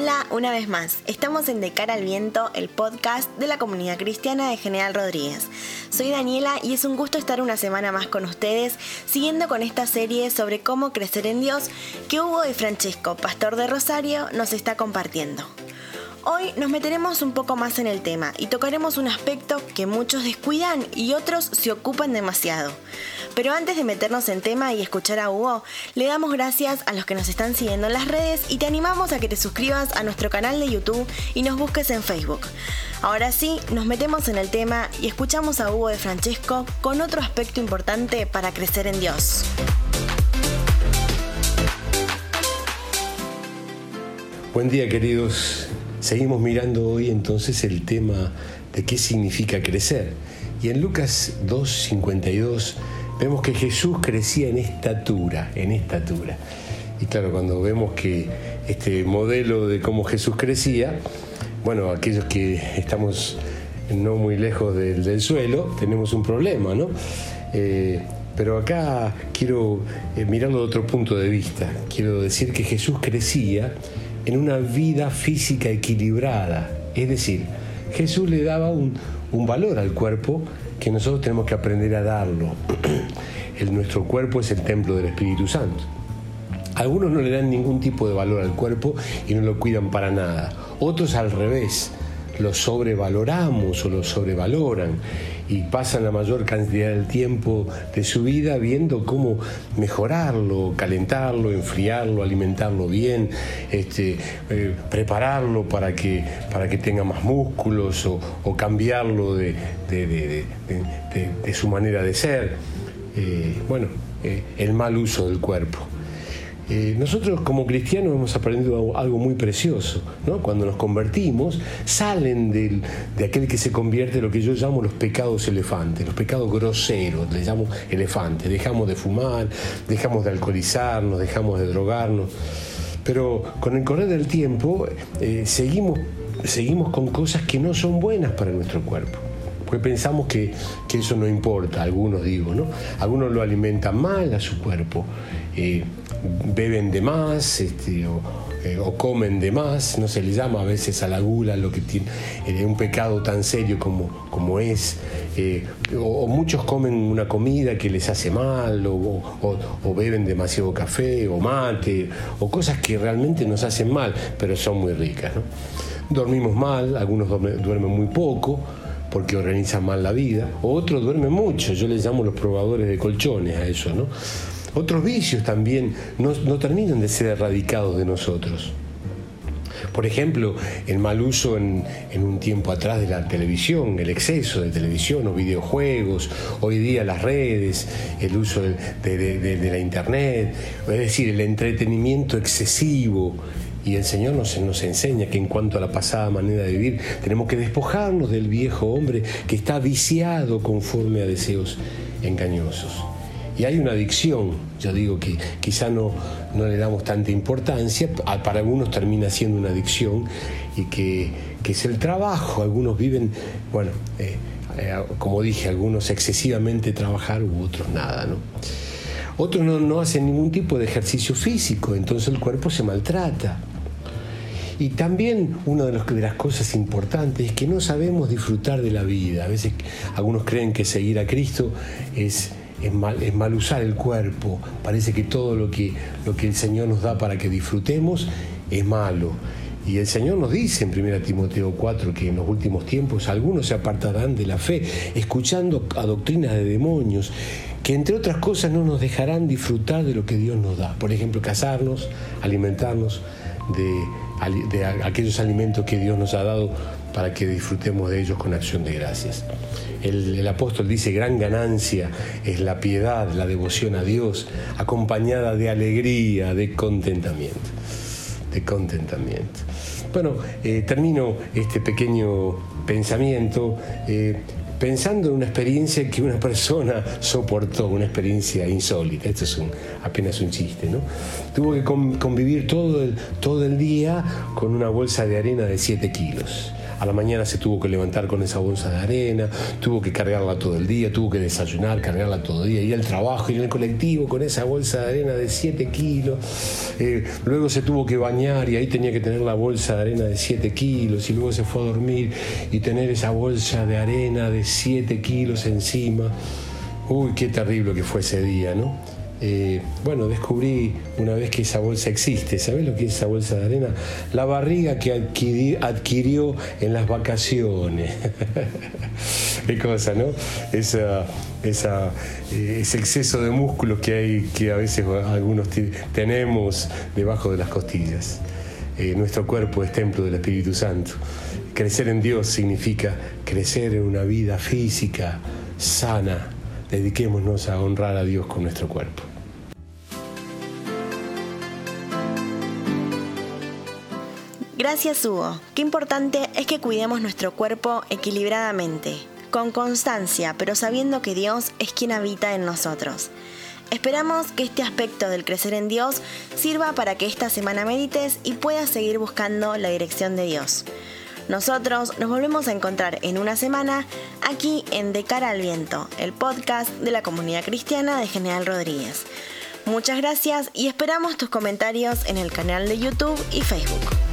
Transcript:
Hola, una vez más. Estamos en De Cara al Viento, el podcast de la comunidad cristiana de General Rodríguez. Soy Daniela y es un gusto estar una semana más con ustedes, siguiendo con esta serie sobre cómo crecer en Dios que Hugo de Francesco, pastor de Rosario, nos está compartiendo. Hoy nos meteremos un poco más en el tema y tocaremos un aspecto que muchos descuidan y otros se ocupan demasiado. Pero antes de meternos en tema y escuchar a Hugo, le damos gracias a los que nos están siguiendo en las redes y te animamos a que te suscribas a nuestro canal de YouTube y nos busques en Facebook. Ahora sí, nos metemos en el tema y escuchamos a Hugo de Francesco con otro aspecto importante para crecer en Dios. Buen día, queridos. Seguimos mirando hoy entonces el tema de qué significa crecer. Y en Lucas 2:52 vemos que Jesús crecía en estatura. Y claro, cuando vemos que este modelo de cómo Jesús crecía, bueno, aquellos que estamos no muy lejos del suelo, tenemos un problema, ¿no? Pero acá quiero mirarlo de otro punto de vista. Quiero decir que Jesús crecía en una vida física equilibrada. Es decir, Jesús le daba un valor al cuerpo que nosotros tenemos que aprender a darlo. Nuestro cuerpo es el templo del Espíritu Santo. Algunos no le dan ningún tipo de valor al cuerpo y no lo cuidan para nada. Otros al revés, lo sobrevaloramos o lo sobrevaloran y pasan la mayor cantidad del tiempo de su vida viendo cómo mejorarlo, calentarlo, enfriarlo, alimentarlo bien, prepararlo para que tenga más músculos o cambiarlo de su manera de ser. El mal uso del cuerpo. Nosotros como cristianos hemos aprendido algo muy precioso, ¿no? Cuando nos convertimos, salen de aquel que se convierte lo que yo llamo los pecados elefantes, los pecados groseros, les llamo elefantes. Dejamos de fumar, dejamos de alcoholizarnos, dejamos de drogarnos, pero con el correr del tiempo seguimos con cosas que no son buenas para nuestro cuerpo. Porque pensamos que eso no importa, algunos digo, ¿no? Algunos lo alimentan mal a su cuerpo, beben de más, o comen de más. No se le llama a veces a la gula lo que tiene un pecado tan serio como es, o muchos comen una comida que les hace mal, o beben demasiado café o mate, o cosas que realmente nos hacen mal, pero son muy ricas, ¿no? Dormimos mal, algunos duermen muy poco porque organizan mal la vida, o otros duermen mucho. Yo les llamo los probadores de colchones a eso, ¿no? Otros vicios también no terminan de ser erradicados de nosotros. Por ejemplo, el mal uso en un tiempo atrás de la televisión, el exceso de televisión o videojuegos, hoy día las redes, el uso de la internet, es decir, el entretenimiento excesivo. Y el Señor nos enseña que en cuanto a la pasada manera de vivir, tenemos que despojarnos del viejo hombre que está viciado conforme a deseos engañosos. Y hay una adicción, yo digo que quizá no le damos tanta importancia, para algunos termina siendo una adicción, y que es el trabajo. Algunos viven, como dije, algunos excesivamente trabajar u otros nada, ¿no? Otros no hacen ningún tipo de ejercicio físico, entonces el cuerpo se maltrata. Y también una de las cosas importantes es que no sabemos disfrutar de la vida. A veces algunos creen que seguir a Cristo es mal usar el cuerpo. Parece que todo lo que el Señor nos da para que disfrutemos es malo. Y el Señor nos dice en 1 Timoteo 4 que en los últimos tiempos algunos se apartarán de la fe, escuchando a doctrinas de demonios, que entre otras cosas no nos dejarán disfrutar de lo que Dios nos da. Por ejemplo, casarnos, alimentarnos de aquellos alimentos que Dios nos ha dado para que disfrutemos de ellos con acción de gracias. El apóstol dice: gran ganancia es la piedad, la devoción a Dios, acompañada de alegría, de contentamiento. Bueno, termino este pequeño pensamiento pensando en una experiencia que una persona soportó, una experiencia insólita. Esto es apenas un chiste, ¿no? Tuvo que convivir todo el día con una bolsa de arena de 7 kilos. A la mañana se tuvo que levantar con esa bolsa de arena, tuvo que cargarla todo el día, tuvo que desayunar, cargarla todo el día, ir al trabajo, ir al colectivo con esa bolsa de arena de 7 kilos. Luego se tuvo que bañar y ahí tenía que tener la bolsa de arena de 7 kilos, y luego se fue a dormir y tener esa bolsa de arena de 7 kilos encima. Uy, qué terrible que fue ese día, ¿no? Bueno, descubrí una vez que esa bolsa existe. ¿Sabés lo que es esa bolsa de arena? La barriga que adquirió en las vacaciones. Qué cosa, ¿no? Ese exceso de músculos que a veces algunos tenemos debajo de las costillas. Nuestro cuerpo es templo del Espíritu Santo. Crecer en Dios significa crecer en una vida física sana. Dediquémonos a honrar a Dios con nuestro cuerpo. Gracias, Hugo. Qué importante es que cuidemos nuestro cuerpo equilibradamente, con constancia, pero sabiendo que Dios es quien habita en nosotros. Esperamos que este aspecto del crecer en Dios sirva para que esta semana medites y puedas seguir buscando la dirección de Dios. Nosotros nos volvemos a encontrar en una semana aquí en De Cara al Viento, el podcast de la comunidad cristiana de General Rodríguez. Muchas gracias y esperamos tus comentarios en el canal de YouTube y Facebook.